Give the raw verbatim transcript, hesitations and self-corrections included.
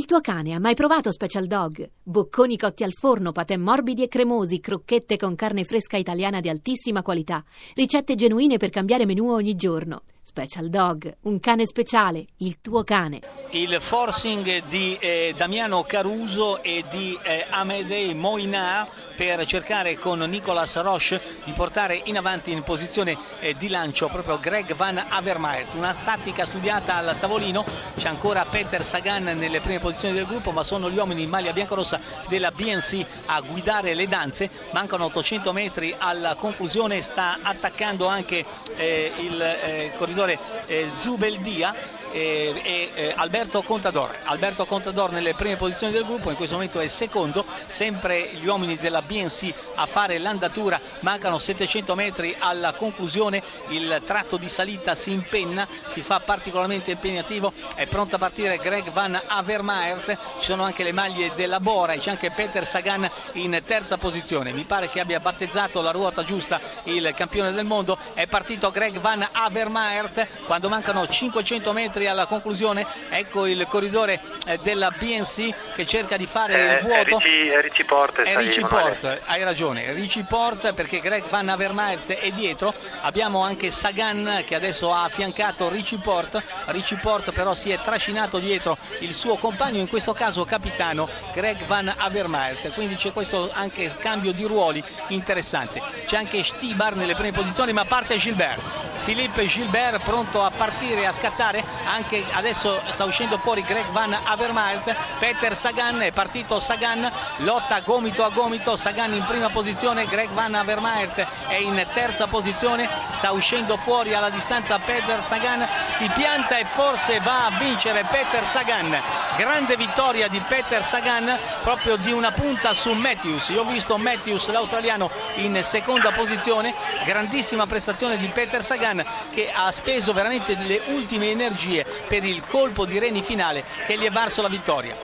tuo cane ha mai provato Special Dog? Bocconi cotti al forno, patè morbidi e cremosi, crocchette con carne fresca italiana di altissima qualità, ricette genuine per cambiare menù ogni giorno. Special Dog, un cane speciale, il tuo cane. Il forcing di eh, Damiano Caruso e di eh, Amédée Moinard per cercare con Nicolas Roche di portare in avanti in posizione eh, di lancio proprio Greg Van Avermaet. Una tattica studiata al tavolino, c'è ancora Peter Sagan nelle prime posizioni del gruppo, ma sono gli uomini in maglia biancorossa della B N C a guidare le danze. Mancano ottocento metri alla conclusione, sta attaccando anche eh, il eh, corridore eh, Zubeldia e, e eh, Alberto Contador. Alberto Contador nelle prime posizioni del gruppo, in questo momento è secondo, sempre gli uomini della B N C a fare l'andatura, mancano settecento metri alla conclusione, il tratto di salita si impenna, si fa particolarmente impegnativo, è pronto a partire Greg Van Avermaet, ci sono anche le maglie della Bora e c'è anche Peter Sagan in terza posizione. Mi pare che abbia battezzato la ruota giusta il campione del mondo, è partito Greg Van Avermaet quando mancano cinquecento metri alla conclusione. Ecco il corridore eh, della B N C che cerca di fare eh, il vuoto. È Richie, è Richie Porte, è Richie Porte, hai ragione, Richie Porte, perché Greg Van Avermaet è dietro. Abbiamo anche Sagan che adesso ha affiancato Richie Porte. Richie Porte però si è trascinato dietro il suo compagno, in questo caso capitano Greg Van Avermaet, quindi c'è questo anche scambio di ruoli interessante. C'è anche Stibar nelle prime posizioni, ma parte Gilbert, Philippe Gilbert pronto a partire, a scattare. Anche adesso sta uscendo fuori Greg Van Avermaet. Peter Sagan, è partito Sagan, lotta gomito a gomito, Sagan in prima posizione, Greg Van Avermaet è in terza posizione, sta uscendo fuori alla distanza Peter Sagan, si pianta e forse va a vincere Peter Sagan. Grande vittoria di Peter Sagan, proprio di una punta su Matthews. Io ho visto Matthews, l'australiano, in seconda posizione. Grandissima prestazione di Peter Sagan che ha speso veramente le ultime energie per il colpo di reni finale che gli è varso la vittoria.